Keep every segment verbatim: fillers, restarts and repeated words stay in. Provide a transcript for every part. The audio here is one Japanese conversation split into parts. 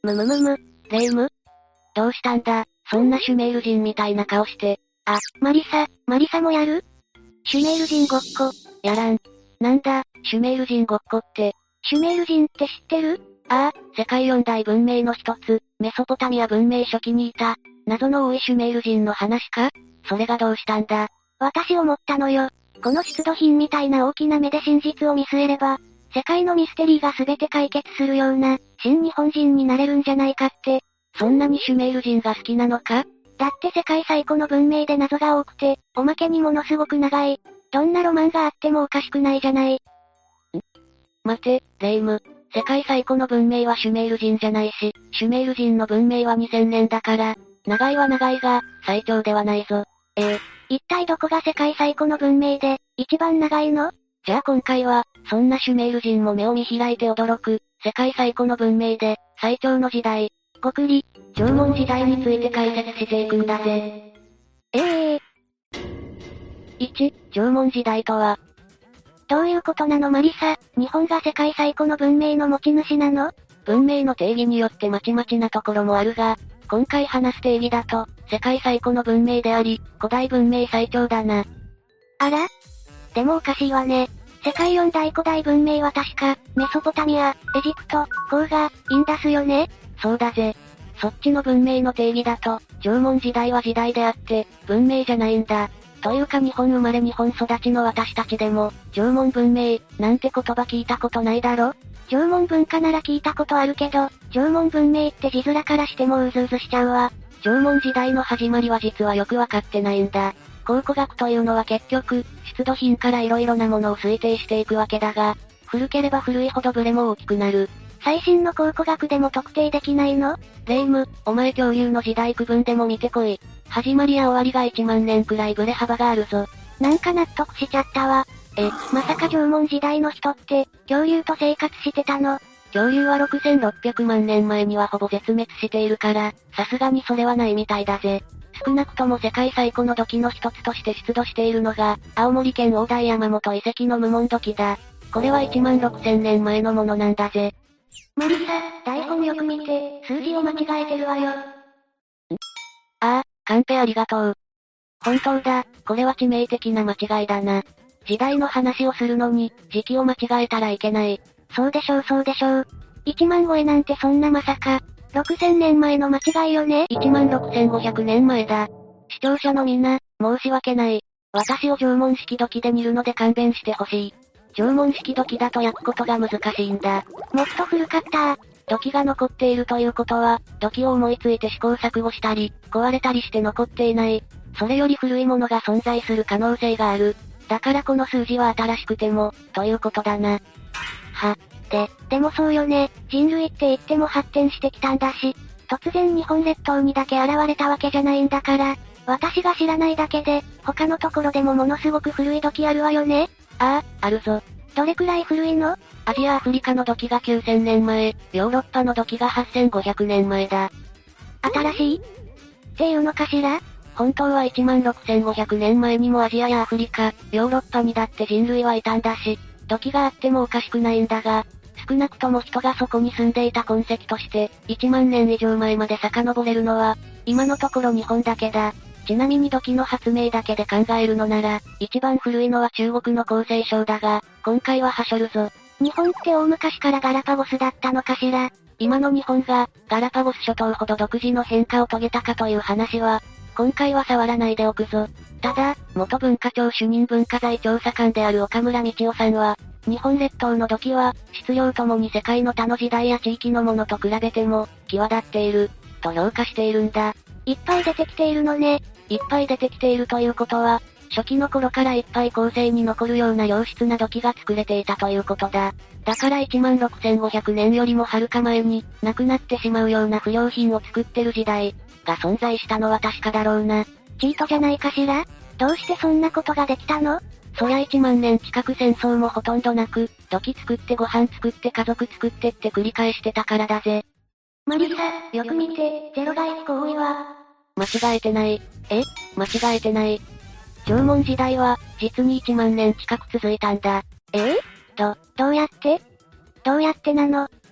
むむむむ、霊夢？どうしたんだ、そんなシュメール人みたいな顔して。 あ、マリサ、マリサもやる？シュメール人ごっこ。 やらん。なんだ、シュメール人ごっこって。 シュメール人って知ってる？ ああ、世界四大文明の一つ、メソポタミア文明初期にいた、謎の多いシュメール人の話か？それがどうしたんだ？ 私思ったのよ。この出土品みたいな大きな目で真実を見据えれば、世界のミステリーが全て解決するような、新日本人になれるんじゃないかって。 そんなにシュメール人が好きなのか？ だって世界最古の文明で謎が多くて、おまけにものすごく長い。どんなロマンがあってもおかしくないじゃない。ん？ 待て、レイム。世界最古の文明はシュメール人じゃないし、シュメール人の文明はにせんねんだから、長いは長いが、最長ではないぞ。 ええ、一体どこが世界最古の文明で、一番長いの？ じゃあ今回は、そんなシュメール人も目を見開いて驚く、世界最古の文明で、最長の時代、ごくり、縄文時代について解説していくんだぜ。 ええー。 いち、縄文時代とは。 どういうことなのマリサ、日本が世界最古の文明の持ち主なの？ 文明の定義によってまちまちなところもあるが、今回話す定義だと、世界最古の文明であり、古代文明最長だな。 あら？でもおかしいわね。世界四大古代文明は確か、メソポタミア、エジプト、黄河、インダスよね？ そうだぜ。そっちの文明の定義だと、縄文時代は時代であって、文明じゃないんだ。というか日本生まれ日本育ちの私たちでも、縄文文明、なんて言葉聞いたことないだろ？ 縄文文化なら聞いたことあるけど、縄文文明って字面からしてもうずうずしちゃうわ。 縄文時代の始まりは実はよくわかってないんだ。考古学というのは結局、出土品から色々なものを推定していくわけだが、古ければ古いほどブレも大きくなる。 最新の考古学でも特定できないの？ レイム、お前恐竜の時代区分でも見てこい。始まりや終わりがいちまんねんくらいブレ幅があるぞ。 なんか納得しちゃったわ。え、まさか縄文時代の人って、恐竜と生活してたの？ 恐竜はろくせんろっぴゃくまんねんまえにはほぼ絶滅しているから、さすがにそれはないみたいだぜ。少なくとも世界最古の土器の一つとして出土しているのが、青森県大台山本遺跡の無紋土器だ。これはいちまんろくせんねんまえのものなんだぜ。 マリサ、台本よく見て、数字を間違えてるわよ。ん？ ああ、カンペありがとう。本当だ、これは致命的な間違いだな。時代の話をするのに、時期を間違えたらいけない。 そうでしょうそうでしょう。いちまん超えなんてそんなまさか、ろくせんねんまえの間違いよね？ いちまんろくせんごひゃくねんまえだ。視聴者のみんな、申し訳ない。私を縄文式土器で煮るので勘弁してほしい。縄文式土器だと焼くことが難しいんだ。 もっと古かった。 土器が残っているということは、土器を思いついて試行錯誤したり、壊れたりして残っていない。それより古いものが存在する可能性がある。だからこの数字は新しくても、ということだな。 は、で、でもそうよね。人類って言っても発展してきたんだし、突然日本列島にだけ現れたわけじゃないんだから、私が知らないだけで、他のところでもものすごく古い土器あるわよね？ ああ、あるぞ。 どれくらい古いの？ アジア・アフリカの土器がきゅうせんねんまえ、ヨーロッパの土器がはっせんごひゃくねんまえだ。 新しい？っていうのかしら？ 本当はいちまんろくせんごひゃくねんまえにもアジアやアフリカ、ヨーロッパにだって人類はいたんだし、土器があってもおかしくないんだが、少なくとも人がそこに住んでいた痕跡として、いちまんねん以上前まで遡れるのは、今のところ日本だけだ。ちなみに土器の発明だけで考えるのなら、一番古いのは中国の厚生省だが、今回ははしょるぞ。 日本って大昔からガラパゴスだったのかしら？ 今の日本が、ガラパゴス諸島ほど独自の変化を遂げたかという話は、今回は触らないでおくぞ。ただ、元文化庁主任文化財調査官である岡村道夫さんは、日本列島の土器は、質量ともに世界の他の時代や地域のものと比べても、際立っている、と評価しているんだ。 いっぱい出てきているのね。 いっぱい出てきているということは、初期の頃からいっぱい後世に残るような良質な土器が作れていたということだ。だからいちまんろくせんごひゃくねんよりもはるか前に、なくなってしまうような不良品を作ってる時代、が存在したのは確かだろうな。 チートじゃないかしら？どうしてそんなことができたの？ そりゃいちまんねん近く戦争もほとんどなく、土器作ってご飯作って家族作ってって繰り返してたからだぜ。 マリサ、よく見て、ゼロがいっこ多いわ。 間違えてない。え？間違えてない。縄文時代は、実にいちまんねん近く続いたんだ。 えー、ど、どうやって？どうやってなの？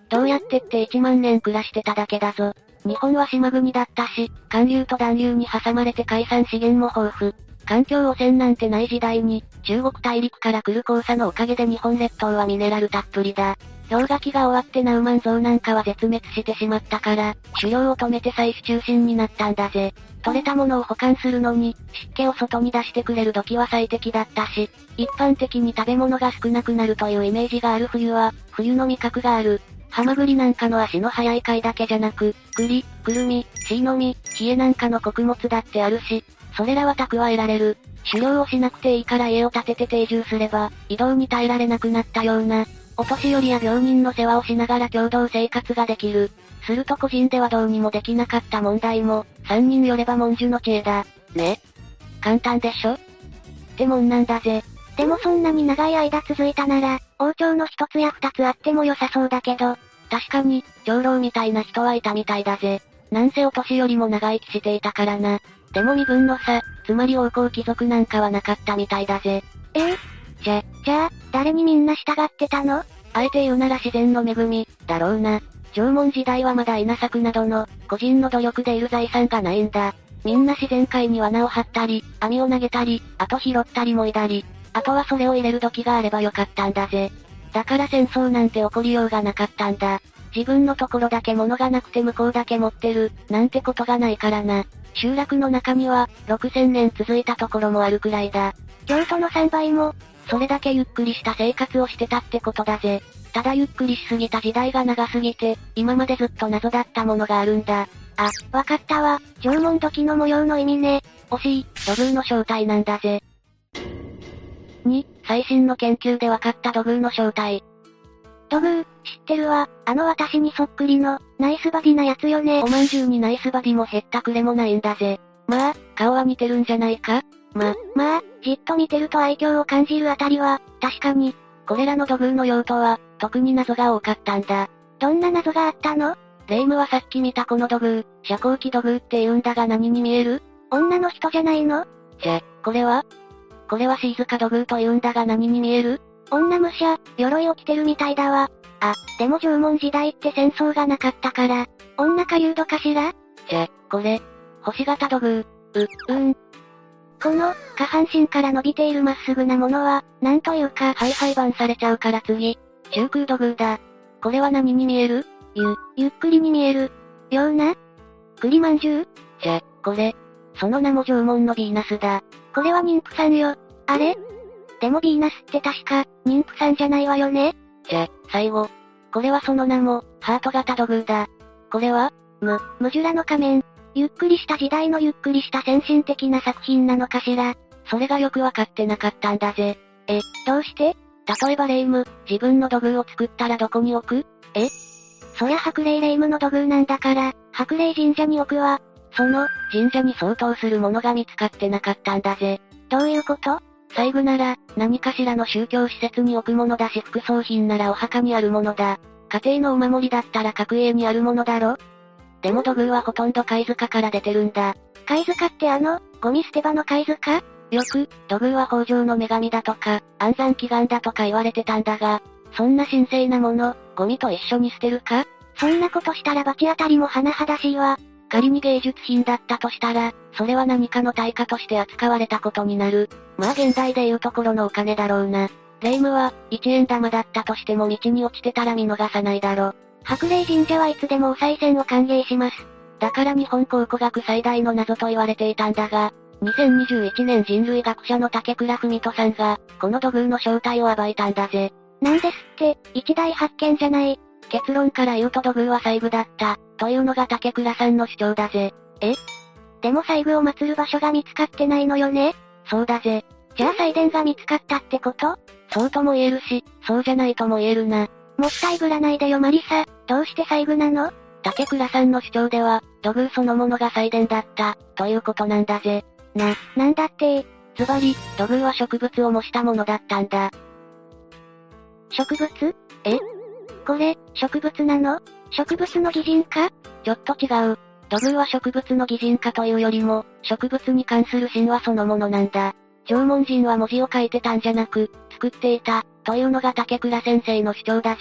どうやってっていちまんねん暮らしてただけだぞ。日本は島国だったし、寒流と暖流に挟まれて海産資源も豊富。環境汚染なんてない時代に、中国大陸から来る黄砂のおかげで日本列島はミネラルたっぷりだ。氷河期が終わってナウマンゾウなんかは絶滅してしまったから、狩猟を止めて採取中心になったんだぜ。取れたものを保管するのに、湿気を外に出してくれる土器は最適だったし、一般的に食べ物が少なくなるというイメージがある冬は、冬の味覚がある。ハマグリなんかの足の速い貝だけじゃなく、栗、くるみ、シイの実、ヒエなんかの穀物だってあるし、それらは蓄えられる。狩猟をしなくていいから家を建てて定住すれば、移動に耐えられなくなったような、お年寄りや病人の世話をしながら共同生活ができる。すると個人ではどうにもできなかった問題も、三人寄れば文殊の知恵だ。ね。簡単でしょ？ってもんなんだぜ。 でもそんなに長い間続いたなら、王朝の一つや二つあっても良さそうだけど。 確かに、長老みたいな人はいたみたいだぜ。なんせお年寄りも長生きしていたからな。でも身分の差、つまり王侯貴族なんかはなかったみたいだぜ。 えー、じゃ、じゃあ、誰にみんな従ってたの？ あえて言うなら自然の恵み、だろうな。縄文時代はまだ稲作などの、個人の努力で得る財産がないんだ。みんな自然界に罠を張ったり、網を投げたり、あと拾ったりもいだり、あとはそれを入れる土器があればよかったんだぜ。だから戦争なんて起こりようがなかったんだ。自分のところだけ物がなくて向こうだけ持ってる、なんてことがないからな。集落の中には、ろくせんねん続いたところもあるくらいだ。 京都のさんばいも、 それだけゆっくりした生活をしてたってことだぜ。ただゆっくりしすぎた時代が長すぎて、今までずっと謎だったものがあるんだ。 あ、わかったわ。縄文土器の模様の意味ね。 惜しい、土偶の正体なんだぜ。に、最新の研究で分かった土偶の正体。 土偶、知ってるわ。あの私にそっくりの、ナイスバディなやつよね。 おまんじゅうにナイスバディもへったくれもないんだぜ。まあ、顔は似てるんじゃないか？ま、 まあ、じっと見てると愛嬌を感じるあたりは、確かに。 これらの土偶の用途は、特に謎が多かったんだ。 どんな謎があったの？ 霊夢はさっき見たこの土偶、遮光器土偶って言うんだが何に見える？ 女の人じゃないの？ じゃ、これは？これはシーズカ土偶と言うんだが何に見える？ 女武者、鎧を着てるみたいだわ。あ、でも縄文時代って戦争がなかったから、女狩人かしら？ じゃ、これ、星型土偶。う、うん。 この、下半身から伸びているまっすぐなものは、なんというか。 はいはいバンされちゃうから次。中空土偶だ。これは何に見える？ ゆ、ゆっくりに見える。ような？栗まんじゅう？ じゃ、これ。その名も縄文のヴィーナスだ。 これは妊婦さんよ。あれ？でもヴィーナスって確か、妊婦さんじゃないわよね？ じゃ、最後。これはその名も、ハート型土偶だ。これは？ む、ムジュラの仮面。ゆっくりした時代のゆっくりした先進的な作品なのかしら。 それがよくわかってなかったんだぜ。 え、どうして？ 例えば霊夢、自分の土偶を作ったらどこに置く？ え？そりゃ白霊霊夢の土偶なんだから、白霊神社に置くわ。 その、神社に相当するものが見つかってなかったんだぜ。 どういうこと？ 細具なら、何かしらの宗教施設に置くものだし副葬品ならお墓にあるものだ。家庭のお守りだったら各家にあるものだろ？でも土偶はほとんど貝塚から出てるんだ。 貝塚ってあの、ゴミ捨て場の貝塚？ よく、土偶は豊穣の女神だとか、安産祈願だとか言われてたんだが、そんな神聖なもの、ゴミと一緒に捨てるか？ そんなことしたら罰当たりも甚だしいわ。 仮に芸術品だったとしたら、それは何かの対価として扱われたことになる。まあ現代でいうところのお金だろうな。霊夢は、いちえん玉だったとしても道に落ちてたら見逃さないだろ。 白霊神社はいつでもお賽銭を歓迎します。 だから日本考古学最大の謎と言われていたんだが、にせんにじゅういちねん人類学者の竹倉文人さんが、この土偶の正体を暴いたんだぜ。 なんですって、一大発見じゃない。 結論から言うと土偶は細具だった、というのが竹倉さんの主張だぜ。 え？でも細具を祀る場所が見つかってないのよね？ そうだぜ。 じゃあ祭殿が見つかったってこと？ そうとも言えるし、そうじゃないとも言えるな。 もったいぶらないでよマリサ、どうして細具なの？ 竹倉さんの主張では、土偶そのものが祭殿だった、ということなんだぜ。 な、なんだってつまり、土偶は植物を模したものだったんだ。 植物？ え？ これ、植物なの？植物の擬人化？ ちょっと違う。土偶は植物の擬人化というよりも、植物に関する神話そのものなんだ。縄文人は文字を書いてたんじゃなく、作っていた、というのが竹倉先生の主張だぜ。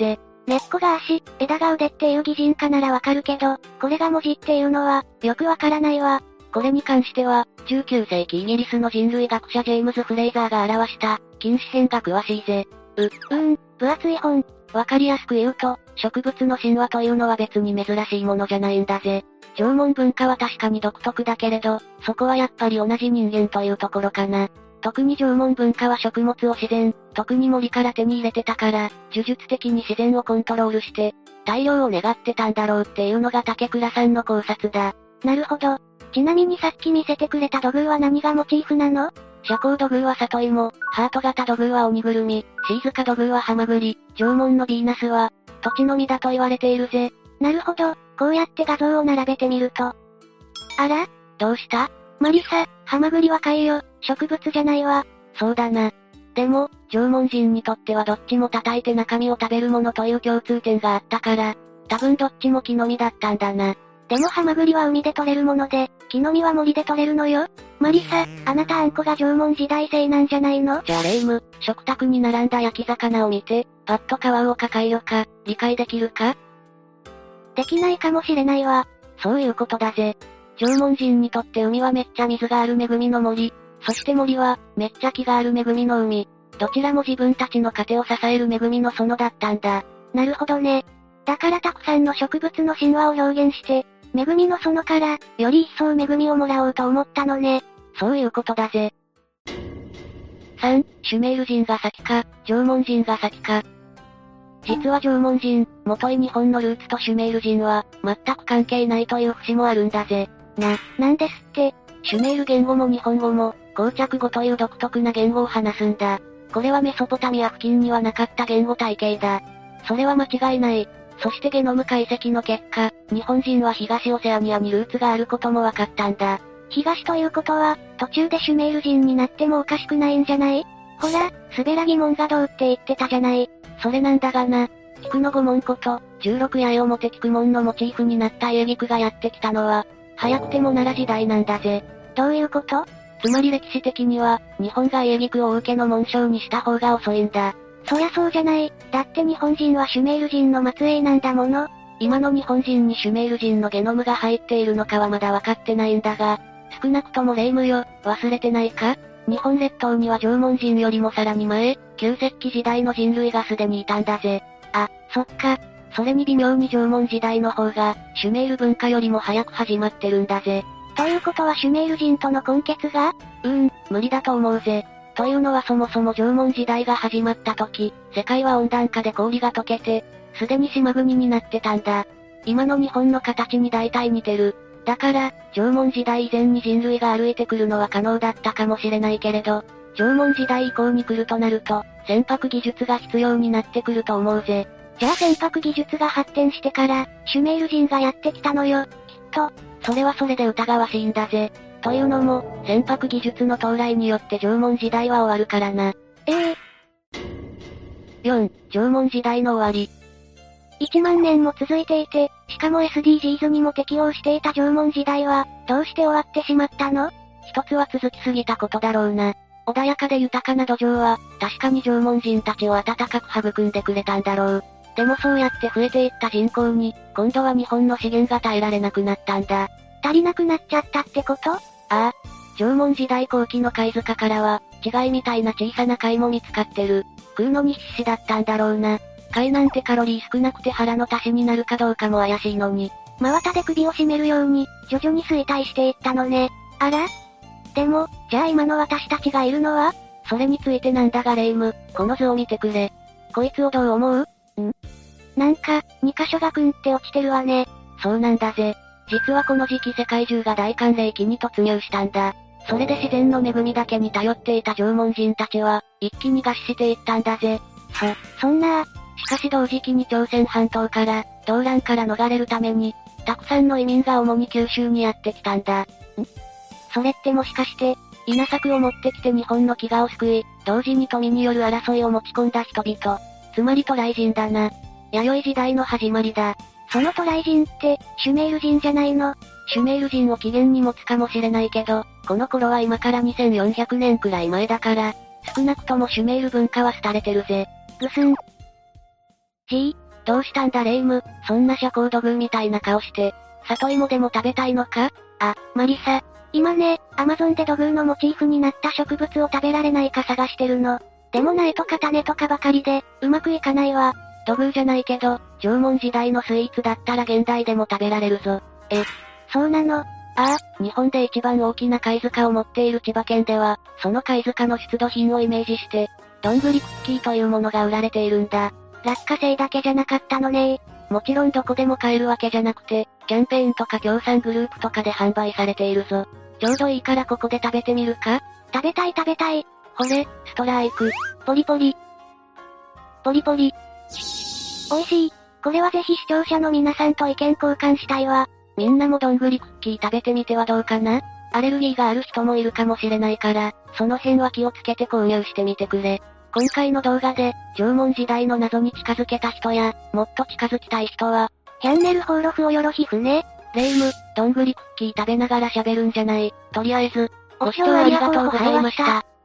根っこが足、枝が腕っていう擬人化ならわかるけど、これが文字っていうのは、よくわからないわ。 これに関しては、じゅうきゅうせいきイギリスの人類学者ジェームズ・フレイザーが表した、近視編が詳しいぜ。 う、うーん、分厚い本。 わかりやすく言うと、植物の神話というのは別に珍しいものじゃないんだぜ。縄文文化は確かに独特だけれど、そこはやっぱり同じ人間というところかな。特に縄文文化は食物を自然、特に森から手に入れてたから、呪術的に自然をコントロールして、大量を願ってたんだろうっていうのが竹倉さんの考察だ。 なるほど。ちなみにさっき見せてくれた土偶は何がモチーフなの？ 遮光土偶は里芋、ハート型土偶は鬼ぐるみ、シーズカ土偶はハマグリ、縄文のヴィーナスは、土地の実だと言われているぜ。 なるほど、こうやって画像を並べてみると。あら？ どうした？ マリサ、ハマグリは貝よ、植物じゃないわ。 そうだな。でも、縄文人にとってはどっちも叩いて中身を食べるものという共通点があったから、多分どっちも木の実だったんだな。 でもハマグリは海で取れるもので、木の実は森で取れるのよ。マリサ、あなたあんこが縄文時代生なんじゃないの？ じゃあレイム、食卓に並んだ焼き魚を見て、パッと皮をか貝よか、理解できるか？ できないかもしれないわ。 そういうことだぜ。縄文人にとって海はめっちゃ水がある恵みの森。そして森は、めっちゃ木がある恵みの海。どちらも自分たちの糧を支える恵みの園だったんだ。 なるほどね。だからたくさんの植物の神話を表現して、恵みの園から、より一層恵みをもらおうと思ったのね。 そういうことだぜ。さん、シュメール人が先か、縄文人が先か。実は縄文人、元い日本のルーツとシュメール人は、全く関係ないという節もあるんだぜ。 な、なんですって。 シュメール言語も日本語も、膠着語という独特な言語を話すんだ。これはメソポタミア付近にはなかった言語体系だ。それは間違いない。そしてゲノム解析の結果、日本人は東オセアニアにルーツがあることも分かったんだ。 東ということは、途中でシュメール人になってもおかしくないんじゃない？ほら、スベラギモンがどうって言ってたじゃない。 それなんだがな。菊の御門こと、じゅうろく八重表菊門のモチーフになった家菊がやってきたのは、早くても奈良時代なんだぜ。 どういうこと？ つまり歴史的には、日本が家菊を受けの紋章にした方が遅いんだ。 そりゃそうじゃない。だって日本人はシュメール人の末裔なんだもの。 今の日本人にシュメール人のゲノムが入っているのかはまだ分かってないんだが、少なくともレイムよ、忘れてないか？日本列島には縄文人よりもさらに前、旧石器時代の人類がすでにいたんだぜ。 あ、そっか。 それに微妙に縄文時代の方が、シュメール文化よりも早く始まってるんだぜ。 ということはシュメール人との根結が？ うーん、無理だと思うぜ。というのはそもそも縄文時代が始まった時、世界は温暖化で氷が溶けて、すでに島国になってたんだ。今の日本の形に大体似てる。だから、縄文時代以前に人類が歩いてくるのは可能だったかもしれないけれど、縄文時代以降に来るとなると、船舶技術が必要になってくると思うぜ。 じゃあ船舶技術が発展してから、シュメール人がやってきたのよ、きっと。 それはそれで疑わしいんだぜ。というのも、船舶技術の到来によって縄文時代は終わるからな。 ええー。よん、縄文時代の終わり。 いちまんねんも続いていて、しかも エスディージーズ にも適用していた縄文時代は、どうして終わってしまったの？ 一つは続きすぎたことだろうな。穏やかで豊かな土壌は、確かに縄文人たちを温かく育んでくれたんだろう。でもそうやって増えていった人口に、今度は日本の資源が耐えられなくなったんだ。 足りなくなっちゃったってこと？ああ。縄文時代後期の貝塚からは、稚貝みたいな小さな貝も見つかってる。食うのに必死だったんだろうな。貝なんてカロリー少なくて腹の足しになるかどうかも怪しいのに。 真綿で首を絞めるように、徐々に衰退していったのね。あら？でも、じゃあ今の私たちがいるのは？ それについてなんだがレイム、この図を見てくれ。こいつをどう思う？ん？ なんか、に箇所がくんって落ちてるわね。 そうなんだぜ。実はこの時期世界中が大寒冷期に突入したんだ。それで自然の恵みだけに頼っていた縄文人たちは、一気に餓死していったんだぜ。 そ、そんな。 しかし同時期に朝鮮半島から、動乱から逃れるために、たくさんの移民が主に九州にやってきたんだ。ん？ それってもしかして、 稲作を持ってきて日本の飢餓を救い、同時に富による争いを持ち込んだ人々。つまり渡来人だな。弥生時代の始まりだ。 その渡来人って、シュメール人じゃないの？ シュメール人を起源に持つかもしれないけど、この頃は今からにせんよんひゃくねんくらい前だから、少なくともシュメール文化は廃れてるぜ。 ぐすん。じどうしたんだレイム、そんな社交土偶みたいな顔して。里芋でも食べたいのか？ あ、マリサ。今ね、アマゾンで土偶のモチーフになった植物を食べられないか探してるの。でも苗とか種とかばかりで、うまくいかないわ。 土偶じゃないけど、縄文時代のスイーツだったら現代でも食べられるぞ。 え、そうなの？ ああ、日本で一番大きな貝塚を持っている千葉県では、その貝塚の出土品をイメージして、どんぐりクッキーというものが売られているんだ。 落花生だけじゃなかったのねー。もちろんどこでも買えるわけじゃなくて、キャンペーンとか協賛グループとかで販売されているぞ。ちょうどいいからここで食べてみるか？ 食べたい食べたい。 ほれ、ストライク。 ポリポリ。ポリポリ。美味しい。これはぜひ視聴者の皆さんと意見交換したいわ。 みんなもどんぐりクッキー食べてみてはどうかな？アレルギーがある人もいるかもしれないから、その辺は気をつけて購入してみてくれ。今回の動画で、縄文時代の謎に近づけた人や、もっと近づきたい人は、 チャンネル登録をよろしくね。 レイム、どんぐりクッキー食べながら喋るんじゃない。とりあえず、ご視聴ありがとうございました。